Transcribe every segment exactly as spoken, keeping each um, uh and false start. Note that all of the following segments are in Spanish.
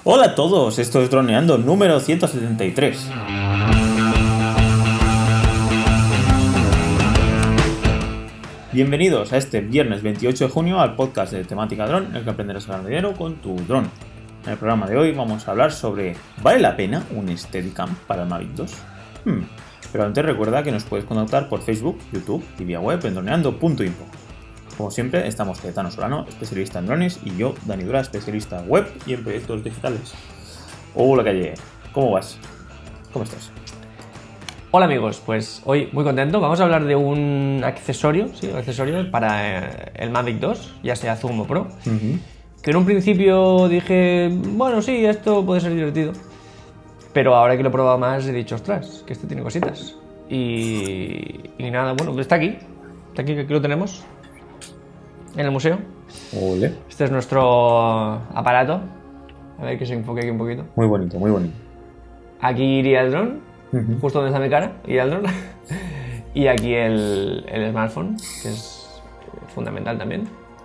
Hola a todos, esto es Droneando número ciento setenta y tres. Bienvenidos a este viernes veintiocho de junio al podcast de temática dron, en el que aprenderás a ganar dinero con tu dron. En el programa de hoy vamos a hablar sobre ¿vale la pena un Steadicam para el Mavic dos? Hmm. Pero antes recuerda que nos puedes contactar por Facebook, YouTube y vía web en droneando punto info. Como siempre, estamos Cayetano Solano, especialista en drones, y yo, Dani Dura, especialista web y en proyectos digitales. Hola Calle, ¿cómo vas? ¿Cómo estás? Hola amigos, pues hoy muy contento. Vamos a hablar de un accesorio, sí, un accesorio para eh, el Mavic dos, ya sea Zoom o Pro. Uh-huh. Que en un principio dije, bueno, sí, esto puede ser divertido. Pero ahora que lo he probado más he dicho, ostras, que este tiene cositas. Y, y nada, bueno, está aquí. Está aquí, que aquí lo tenemos. En el museo. Ole. Este es nuestro aparato. A ver que se enfoque aquí un poquito. Muy bonito, muy bonito. Aquí iría el dron, uh-huh. justo donde está mi cara, iría el dron. Y aquí el, el smartphone, que es fundamental también.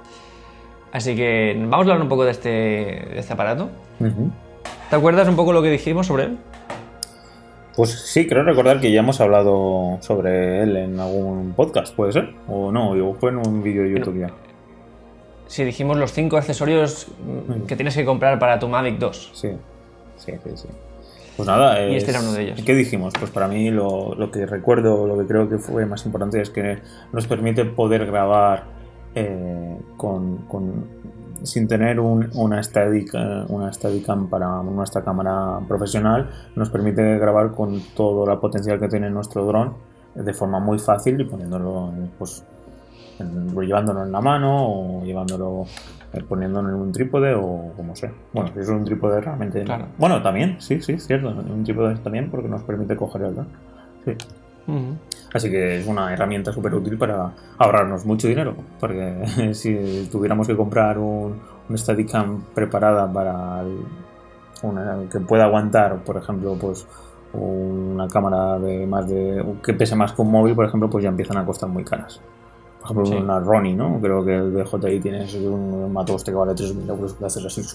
Así que vamos a hablar un poco de este, de este aparato. Uh-huh. ¿Te acuerdas un poco lo que dijimos sobre él? Pues sí, creo recordar que ya hemos hablado sobre él en algún podcast, ¿puede ser? O no, o fue en un vídeo de YouTube ya. Sí, dijimos los cinco accesorios que tienes que comprar para tu Mavic dos. Sí, sí, sí, sí. Pues nada, es... y este era uno de ellos. ¿Qué dijimos? Pues para mí lo, lo que recuerdo, lo que creo que fue más importante es que nos permite poder grabar eh, con, con, sin tener un, una, Steadicam, una Steadicam para nuestra cámara profesional. Nos permite grabar con todo el potencial que tiene nuestro dron de forma muy fácil y poniéndolo, pues, en, llevándolo en la mano o llevándolo, eh, poniéndolo en un trípode o como sea. Bueno, si es un trípode realmente... Claro. Bueno, también, sí, sí, cierto. Un trípode también porque nos permite coger el dron. Sí. Uh-huh. Así que es una herramienta súper útil para ahorrarnos mucho dinero, porque si tuviéramos que comprar un, un Steadicam preparada para el, una, que pueda aguantar, por ejemplo, pues una cámara de más de que pese más que un móvil, por ejemplo, pues ya empiezan a costar muy caras. Por ejemplo, sí. Una Ronin, ¿no? Creo que el D J I tiene un matoste que vale tres mil euros, que haces así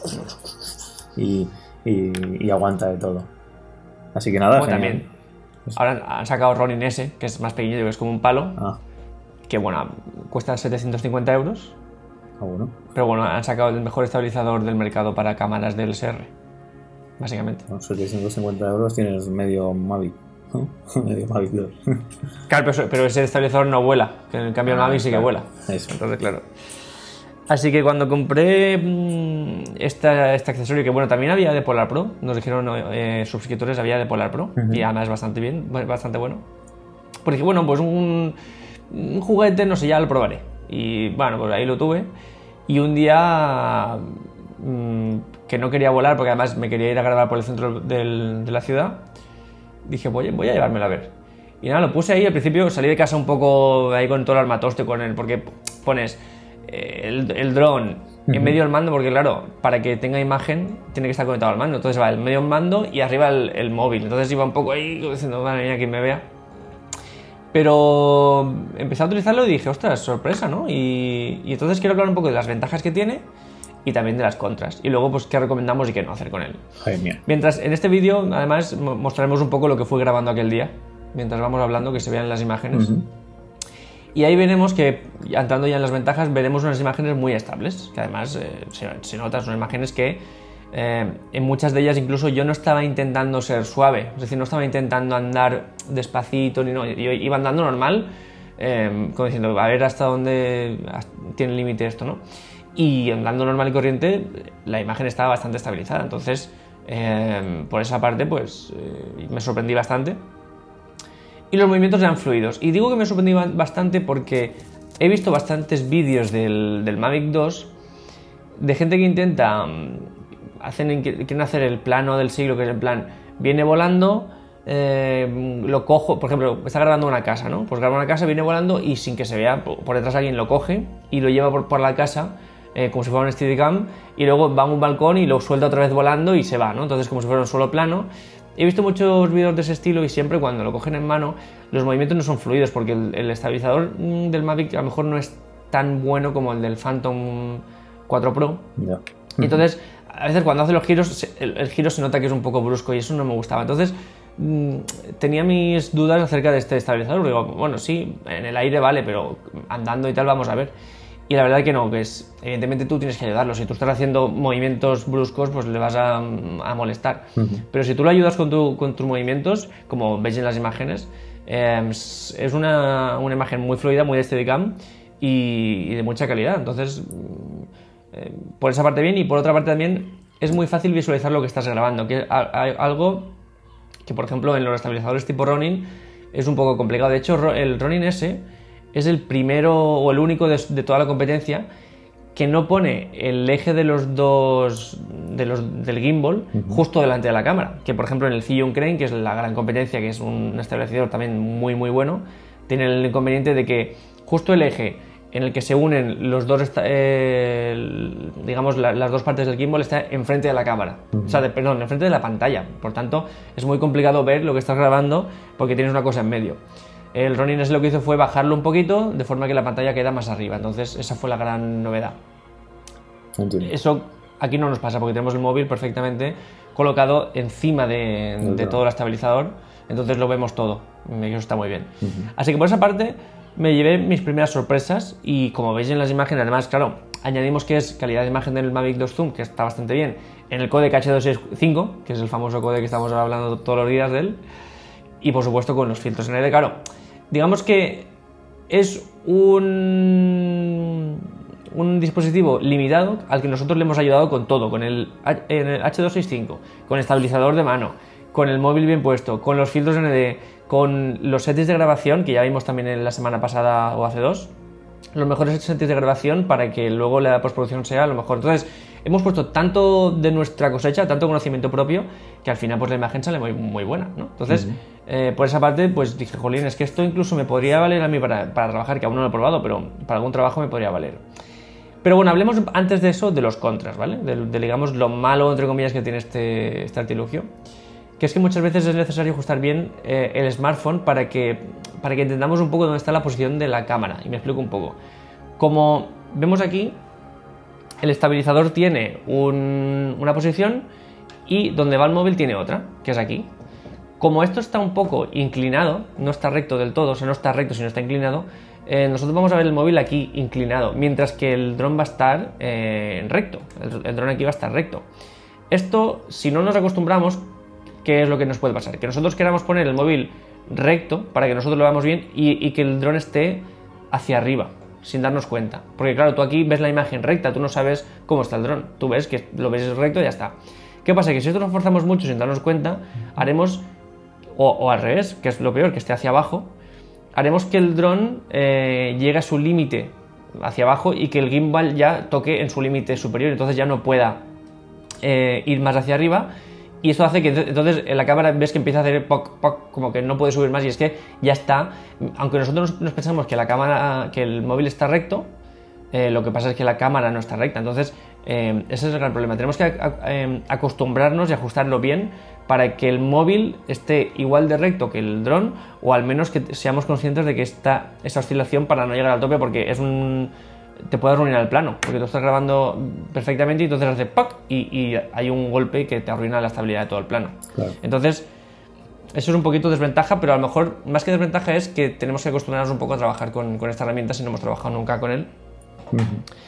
y, y, y aguanta de todo. Así que nada, bueno, también. Ahora han sacado Ronin S, que es más pequeño, que es como un palo, ah. que bueno, cuesta setecientos cincuenta euros. Ah, bueno. Pero bueno, han sacado el mejor estabilizador del mercado para cámaras del S R, básicamente. Con setecientos cincuenta euros tienes medio Mavic, ¿no? Medio Mavic dos. Claro, pero, pero ese estabilizador no vuela, que en cambio el ah, Mavic sí claro. que vuela. Eso. Entonces, claro. Así que cuando compré mmm, esta, este accesorio, que bueno, también había de Polar Pro, nos dijeron eh, suscriptores, había de Polar Pro, uh-huh. y además bastante bien, bastante bueno. Porque bueno, pues un, un juguete, no sé, ya lo probaré. Y bueno, pues ahí lo tuve. Y un día mmm, que no quería volar, porque además me quería ir a grabar por el centro del, de la ciudad, dije, voy, voy a llevármelo a ver. Y nada, lo puse ahí, al principio salí de casa un poco ahí con todo el armatoste con él, porque pones... el, el dron uh-huh. en medio del mando, porque claro, para que tenga imagen tiene que estar conectado al mando, entonces va el medio del mando y arriba el, el móvil, entonces iba un poco ahí diciendo, madre mía, quien me vea. Pero empecé a utilizarlo y dije, ostras, sorpresa, ¿no? Y, y entonces quiero hablar un poco de las ventajas que tiene y también de las contras, y luego pues qué recomendamos y qué no hacer con él. Ay, mía. Mientras en este vídeo además mostraremos un poco lo que fue grabando aquel día, mientras vamos hablando, que se vean las imágenes. Uh-huh. Y ahí veremos que, entrando ya en las ventajas, veremos unas imágenes muy estables, que además eh, se, se notan, son imágenes que eh, en muchas de ellas incluso yo no estaba intentando ser suave, es decir, no estaba intentando andar despacito, ni no, yo iba andando normal, eh, como diciendo, a ver hasta dónde hasta tiene límite esto, ¿no? Y andando normal y corriente, la imagen estaba bastante estabilizada, entonces, eh, por esa parte, pues eh, me sorprendí bastante. Y los movimientos eran fluidos. Y digo que me sorprendí bastante porque he visto bastantes vídeos del, del Mavic dos de gente que intenta hacer, quieren hacer el plano del siglo, que es el plan, viene volando, eh, lo cojo, por ejemplo, está grabando una casa, ¿no? Pues graba una casa, viene volando y sin que se vea, por detrás alguien lo coge y lo lleva por, por la casa, eh, como si fuera un Steadicam, y luego va a un balcón y lo suelta otra vez volando y se va, ¿no? Entonces como si fuera un solo plano. He visto muchos vídeos de ese estilo y siempre cuando lo cogen en mano los movimientos no son fluidos porque el, el estabilizador del Mavic a lo mejor no es tan bueno como el del Phantom cuatro Pro. Yeah. Entonces a veces cuando hace los giros, el, el giro se nota que es un poco brusco y eso no me gustaba. Entonces mmm, tenía mis dudas acerca de este estabilizador. Digo, bueno, sí, en el aire vale, pero andando y tal vamos a ver. Y la verdad que no, que es, evidentemente tú tienes que ayudarlo. Si tú estás haciendo movimientos bruscos, pues le vas a, a molestar. Uh-huh. Pero si tú lo ayudas con, tu, con tus movimientos, como veis en las imágenes, eh, es una, una imagen muy fluida, muy de Steadicam y, y de mucha calidad. Entonces, eh, por esa parte bien, y por otra parte también es muy fácil visualizar lo que estás grabando, que hay algo que, por ejemplo, en los estabilizadores tipo Ronin es un poco complicado. De hecho, el Ronin S es el primero o el único de, de toda la competencia que no pone el eje de los dos de los, del gimbal uh-huh. justo delante de la cámara. Que por ejemplo en el Zhiyun Crane, que es la gran competencia, que es un estabilizador también muy muy bueno, tiene el inconveniente de que justo el eje en el que se unen los dos eh, digamos la, las dos partes del gimbal está enfrente de la cámara, uh-huh. o sea, de, perdón, enfrente de la pantalla. Por tanto, es muy complicado ver lo que estás grabando porque tienes una cosa en medio. El Ronin S lo que hizo fue bajarlo un poquito de forma que la pantalla queda más arriba. Entonces esa fue la gran novedad. Entiendo. Eso aquí no nos pasa porque tenemos el móvil perfectamente colocado encima de, de todo el estabilizador. Entonces lo vemos todo. Eso está muy bien. Uh-huh. Así que por esa parte me llevé mis primeras sorpresas y como veis en las imágenes, además, claro, añadimos que es calidad de imagen del Mavic dos Zoom, que está bastante bien, en el códec H doscientos sesenta y cinco, que es el famoso códec que estamos hablando todos los días de él, y por supuesto con los filtros N D. Claro, digamos que es un, un dispositivo limitado al que nosotros le hemos ayudado con todo, con el, el H doscientos sesenta y cinco, con estabilizador de mano, con el móvil bien puesto, con los filtros N D, con los settings de grabación, que ya vimos también en la semana pasada o hace dos, los mejores settings de grabación para que luego la postproducción sea lo mejor. Entonces, hemos puesto tanto de nuestra cosecha, tanto conocimiento propio, que al final pues la imagen sale muy, muy buena, ¿no? Entonces, uh-huh. eh, por esa parte, pues dije, jolín, es que esto incluso me podría valer a mí para, para trabajar, que aún no lo he probado, pero para algún trabajo me podría valer. Pero bueno, hablemos antes de eso de los contras, ¿vale? De, de digamos, lo malo, entre comillas, que tiene este, este artilugio, que es que muchas veces es necesario ajustar bien eh, el smartphone para que, para que entendamos un poco dónde está la posición de la cámara. Y me explico un poco. Como vemos aquí, el estabilizador tiene un, una posición y donde va el móvil tiene otra, que es aquí. Como esto está un poco inclinado, no está recto del todo, o sea, no está recto, sino está inclinado, eh, nosotros vamos a ver el móvil aquí inclinado, mientras que el dron va a estar eh, recto, el, el dron aquí va a estar recto. Esto, si no nos acostumbramos, ¿qué es lo que nos puede pasar? Que nosotros queramos poner el móvil recto para que nosotros lo veamos bien y, y que el dron esté hacia arriba, sin darnos cuenta. Porque claro, tú aquí ves la imagen recta, tú no sabes cómo está el dron. Tú ves que lo ves recto y ya está. ¿Qué pasa? Que si nosotros nos forzamos mucho sin darnos cuenta, haremos, o, o al revés, que es lo peor, que esté hacia abajo, haremos que el dron eh, llegue a su límite hacia abajo y que el gimbal ya toque en su límite superior, entonces ya no pueda eh, ir más hacia arriba. Y esto hace que entonces en la cámara ves que empieza a hacer poc, poc, como que no puede subir más, y es que ya está, aunque nosotros nos, nos pensamos que la cámara, que el móvil está recto, eh, lo que pasa es que la cámara no está recta. Entonces eh, ese es el gran problema. Tenemos que a, a, eh, acostumbrarnos y ajustarlo bien para que el móvil esté igual de recto que el dron, o al menos que seamos conscientes de que está esa oscilación para no llegar al tope, porque es un... te puede arruinar el plano, porque tú estás grabando perfectamente y entonces hace ¡pac! Y, y hay un golpe que te arruina la estabilidad de todo el plano. Claro. Entonces, eso es un poquito desventaja, pero a lo mejor más que desventaja es que tenemos que acostumbrarnos un poco a trabajar con, con esta herramienta si no hemos trabajado nunca con él. Uh-huh.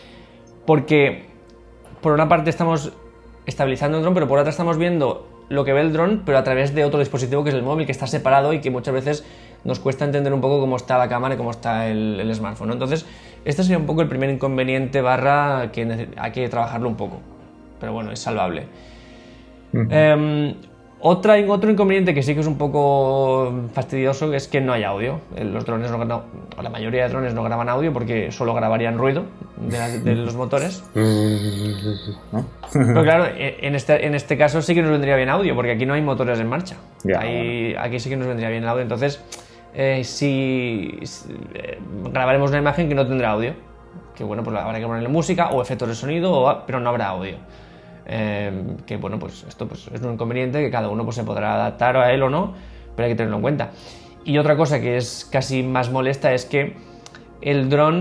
Porque, por una parte estamos estabilizando el dron, pero por otra estamos viendo lo que ve el dron, pero a través de otro dispositivo que es el móvil, que está separado y que muchas veces nos cuesta entender un poco cómo está la cámara y cómo está el, el smartphone, ¿no? Entonces, este sería un poco el primer inconveniente barra que hay que trabajarlo un poco. Pero bueno, es salvable. Uh-huh. Eh, otra, otro inconveniente que sí que es un poco fastidioso es que no hay audio. Los drones, no, no, la mayoría de drones no graban audio porque solo grabarían ruido de, la, de los motores. Pero claro, en este, en este caso sí que nos vendría bien audio, porque aquí no hay motores en marcha. Yeah, Ahí, bueno. Aquí sí que nos vendría bien el audio. Entonces, eh, si, si eh, grabaremos una imagen que no tendrá audio, que bueno, pues habrá que ponerle música o efectos de sonido, o, pero no habrá audio. Eh, que bueno, pues esto pues, es un inconveniente que cada uno pues, se podrá adaptar a él o no, pero hay que tenerlo en cuenta. Y otra cosa que es casi más molesta es que el dron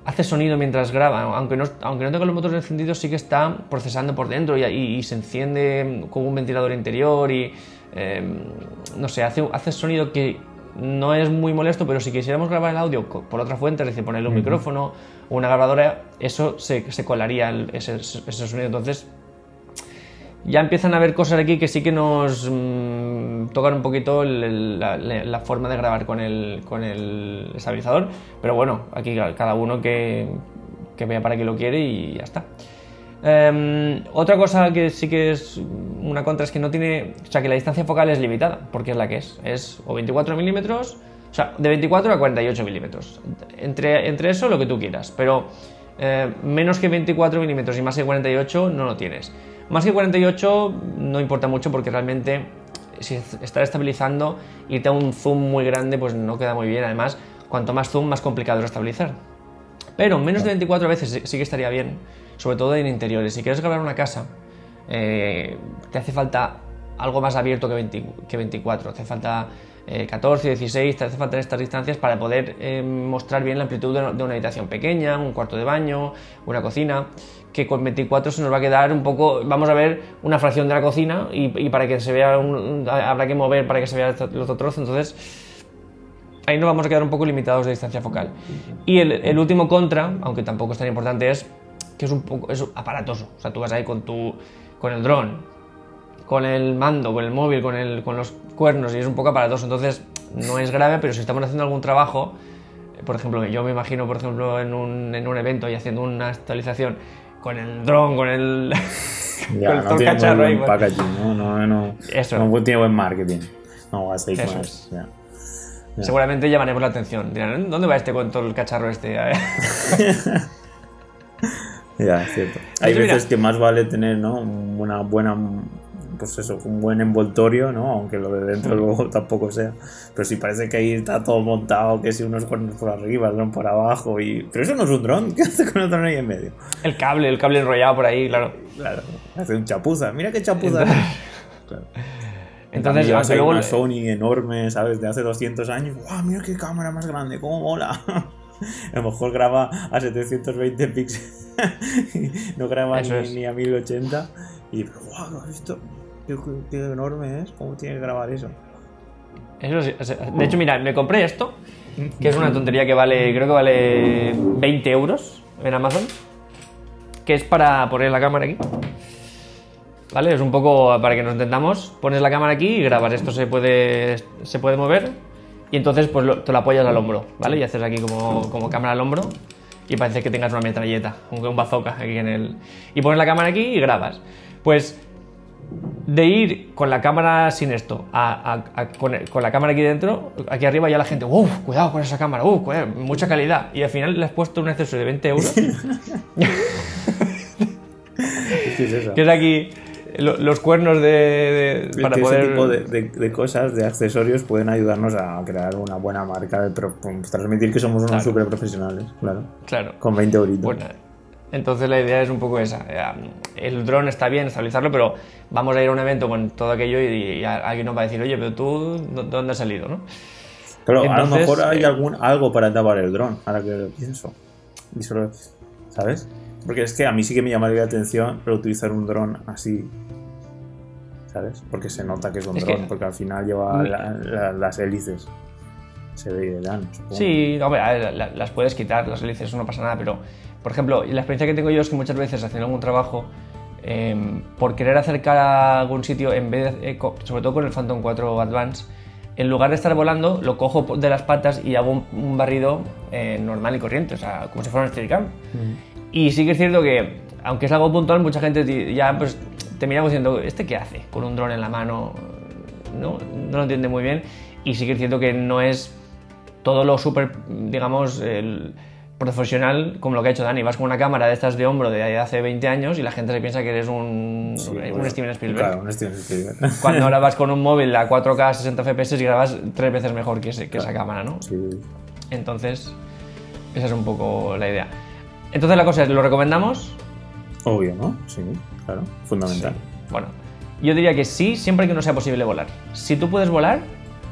hace sonido mientras graba, aunque no, aunque no tenga los motores encendidos, sí que está procesando por dentro y, y, y se enciende con un ventilador interior y eh, no sé, hace, hace sonido que no es muy molesto, pero si quisiéramos grabar el audio por otra fuente, es decir, ponerle un uh-huh. micrófono o una grabadora, eso se, se colaría el, ese, ese sonido. Entonces ya empiezan a haber cosas aquí que sí que nos mmm, tocan un poquito el, el, la, la forma de grabar con el, con el estabilizador, pero bueno, aquí cada uno que, que vea para qué lo quiere y ya está. Um, otra cosa que sí que es una contra es que no tiene, o sea, que la distancia focal es limitada, porque es la que es, es o veinticuatro milímetros, o sea, de veinticuatro a cuarenta y ocho milímetros, entre, entre eso lo que tú quieras, pero eh, menos que veinticuatro milímetros y más que cuarenta y ocho no lo tienes. Más que cuarenta y ocho no importa mucho porque realmente si estás estabilizando, irte a un zoom muy grande pues no queda muy bien. Además, cuanto más zoom, más complicado es estabilizar. Pero menos de veinticuatro a veces sí que estaría bien, sobre todo en interiores. Si quieres grabar una casa, eh, te hace falta algo más abierto que, veinte, que veinticuatro. Te hace falta eh, catorce, dieciséis, te hace falta estas distancias para poder eh, mostrar bien la amplitud de, de una habitación pequeña, un cuarto de baño, una cocina, que con veinticuatro se nos va a quedar un poco, vamos a ver una fracción de la cocina y, y para que se vea, un, un, habrá que mover para que se vea el otro trozo, entonces ahí nos vamos a quedar un poco limitados de distancia focal. Y el, el último contra, aunque tampoco es tan importante, es que es un poco es aparatoso, o sea, tú vas ahí con, tu, con el dron, con el mando, con el móvil, con, el, con los cuernos y es un poco aparatoso, entonces no es grave, pero si estamos haciendo algún trabajo, por ejemplo, yo me imagino, por ejemplo, en un, en un evento y haciendo una actualización con el dron, con el, ya, con el no todo tiene cacharro buen ahí, packaging, no, no, no, eso. no tiene buen marketing, no va a ser eso más, es. ya. Ya. Seguramente llamaremos la atención, dirán, ¿dónde va este con todo el cacharro este? A ver. Ya, es cierto. Hay Pues veces mira, que más vale tener, ¿no?, una buena, pues eso, un buen envoltorio, ¿no?, aunque lo de dentro luego tampoco sea. Pero si parece que ahí está todo montado, que si unos cuernos por arriba, el dron por abajo, y... Pero eso no es un dron, ¿qué hace con el dron ahí en medio? el cable, el cable enrollado por ahí, claro. Claro, hace un chapuza, mira qué chapuza. Entonces, claro. Entonces llevas ahí luego una Sony enorme, ¿sabes?, de hace doscientos años. ¡Guau, mira qué cámara más grande! ¡Cómo mola! A lo mejor graba a setecientos veinte píxeles, no graba ni, ni a mil ochenta. Y, pero, ¡guau! ¿Has visto qué, qué enorme es? ¿Cómo tiene que grabar eso? Eso sí, de hecho, mira, me compré esto, que es una tontería que vale, creo que vale veinte euros en Amazon, que es para poner la cámara aquí. ¿Vale? Es un poco para que nos entendamos. Pones la cámara aquí y grabas. Esto se puede, se puede mover y entonces pues lo, te lo apoyas al hombro, ¿vale? Y haces aquí como, como cámara al hombro y parece que tengas una metralleta, un, un bazooka aquí en el... Y pones la cámara aquí y grabas. Pues de ir con la cámara sin esto a, a, a con, con la cámara aquí dentro, aquí arriba ya la gente, ¡uff! Cuidado con esa cámara, ¡uff! Mucha calidad. Y al final le has puesto un accesorio de veinte euros. ¿Qué es eso? Que es aquí... los cuernos de, de para ese poder... tipo de, de, de cosas, de accesorios pueden ayudarnos a crear una buena marca, pero pues, transmitir que somos unos claro. súper profesionales, claro. Claro. Con veinte euritos. Bueno, entonces la idea es un poco esa. El dron está bien estabilizarlo, pero vamos a ir a un evento con todo aquello y, y alguien nos va a decir, oye, pero tú, ¿de dónde has salido, no? Pero entonces, a lo mejor hay eh, algún, algo para tapar el dron, ahora que lo pienso. Y solo, ¿sabes? Porque es que a mí sí que me llamaría la atención utilizar un dron así, ¿sabes? Porque se nota que es un es dron, que... porque al final lleva la, la, las hélices. Se veían, supongo. Sí, hombre, a ver, la, las puedes quitar, las hélices, eso no pasa nada, pero, por ejemplo, la experiencia que tengo yo es que muchas veces haciendo algún trabajo, eh, por querer acercar a algún sitio, en vez de, eh, sobre todo con el Phantom cuatro Advance, en lugar de estar volando, lo cojo de las patas y hago un, un barrido eh, normal y corriente, o sea, como si fuera un Steadicam. Mm. Y sí que es cierto que, aunque es algo puntual, mucha gente ya pues, te mira diciendo, ¿este qué hace? Con un dron en la mano, no, no lo entiende muy bien. Y sí que es cierto que no es todo lo súper, digamos, el profesional como lo que ha hecho Dani. Vas con una cámara de estas de hombro de hace veinte años y la gente se piensa que eres un, sí, un bueno, Steven Spielberg. Claro, un Steven Spielberg. Cuando ahora vas con un móvil a cuatro K sesenta F P S y grabas tres veces mejor que, ese, que claro. esa cámara, ¿no? Sí. Entonces, esa es un poco la idea. Entonces la cosa es, ¿lo recomendamos? Obvio, ¿no? Sí, claro, fundamental. Sí. Bueno, yo diría que sí, siempre que no sea posible volar. Si tú puedes volar,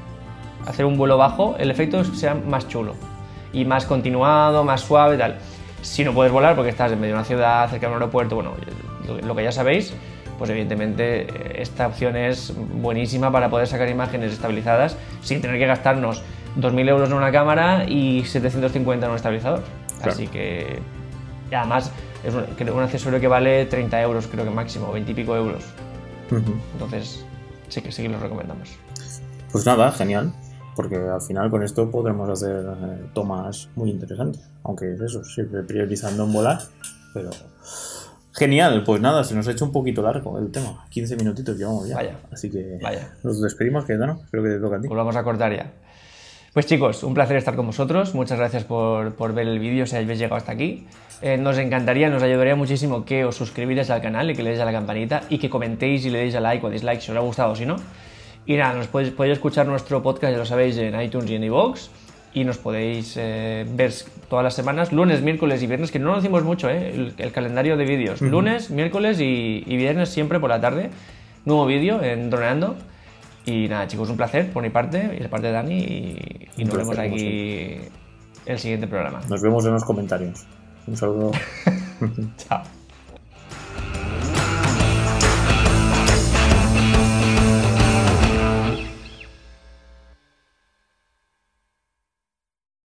hacer un vuelo bajo, el efecto sea más chulo y más continuado, más suave y tal. Si no puedes volar porque estás en medio de una ciudad, cerca de un aeropuerto, bueno, lo que ya sabéis, pues evidentemente esta opción es buenísima para poder sacar imágenes estabilizadas sin tener que gastarnos dos mil euros en una cámara y setecientos cincuenta en un estabilizador. Claro. Así que, y además, es un, creo, un accesorio que vale treinta euros, creo que máximo, veinte y pico euros. Uh-huh. Entonces, sí que sí que lo recomendamos. Pues nada, genial. Porque al final con esto podremos hacer eh, tomas muy interesantes, aunque es eso, siempre priorizando en volar, pero genial. Pues nada, se nos ha hecho un poquito largo el tema, quince minutitos llevamos ya, vaya, así que vaya. Nos despedimos, que no, creo que te toca a ti. Pues vamos a cortar ya. Pues chicos, un placer estar con vosotros, muchas gracias por, por ver el vídeo si habéis llegado hasta aquí. Eh, nos encantaría, nos ayudaría muchísimo que os suscribierais al canal y que le deis a la campanita y que comentéis y le deis a like o a dislike si os ha gustado o si no. Y nada, nos podéis, podéis escuchar nuestro podcast, ya lo sabéis, en iTunes y en iVoox. Y nos podéis eh, ver todas las semanas, lunes, miércoles y viernes, que no lo decimos mucho, ¿eh? el, el calendario de vídeos. Uh-huh. Lunes, miércoles y, y viernes siempre por la tarde. Nuevo vídeo en Droneando. Y nada, chicos, un placer por mi parte y de parte de Dani. Y, y nos vemos aquí en el siguiente programa. Nos vemos en los comentarios. Un saludo. Chao.